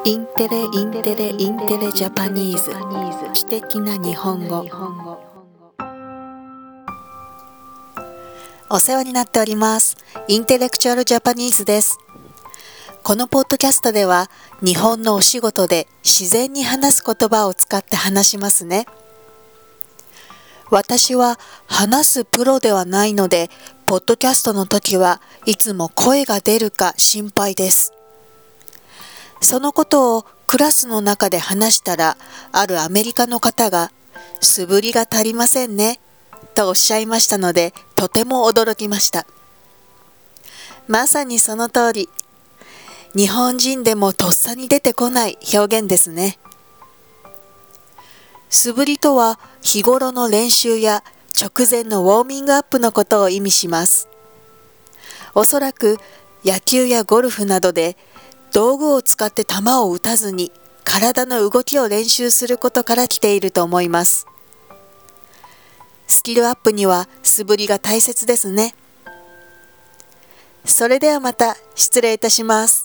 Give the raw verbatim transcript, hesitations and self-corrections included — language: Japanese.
インテレインテレインテレジャパニーズ知的な日本語。お世話になっております。インテレクチュアルジャパニーズです。このポッドキャストでは日本のお仕事で自然に話す言葉を使って話しますね。私は話すプロではないので、ポッドキャストの時はいつも声が出るか心配です。そのことをクラスの中で話したら、あるアメリカの方が、素振りが足りませんね、とおっしゃいましたので、とても驚きました。まさにその通り、日本人でもとっさに出てこない表現ですね。素振りとは、日頃の練習や直前のウォーミングアップのことを意味します。おそらく野球やゴルフなどで、道具を使って球を打たずに体の動きを練習することから来ていると思います。スキルアップには素振りが大切ですね。それではまた失礼いたします。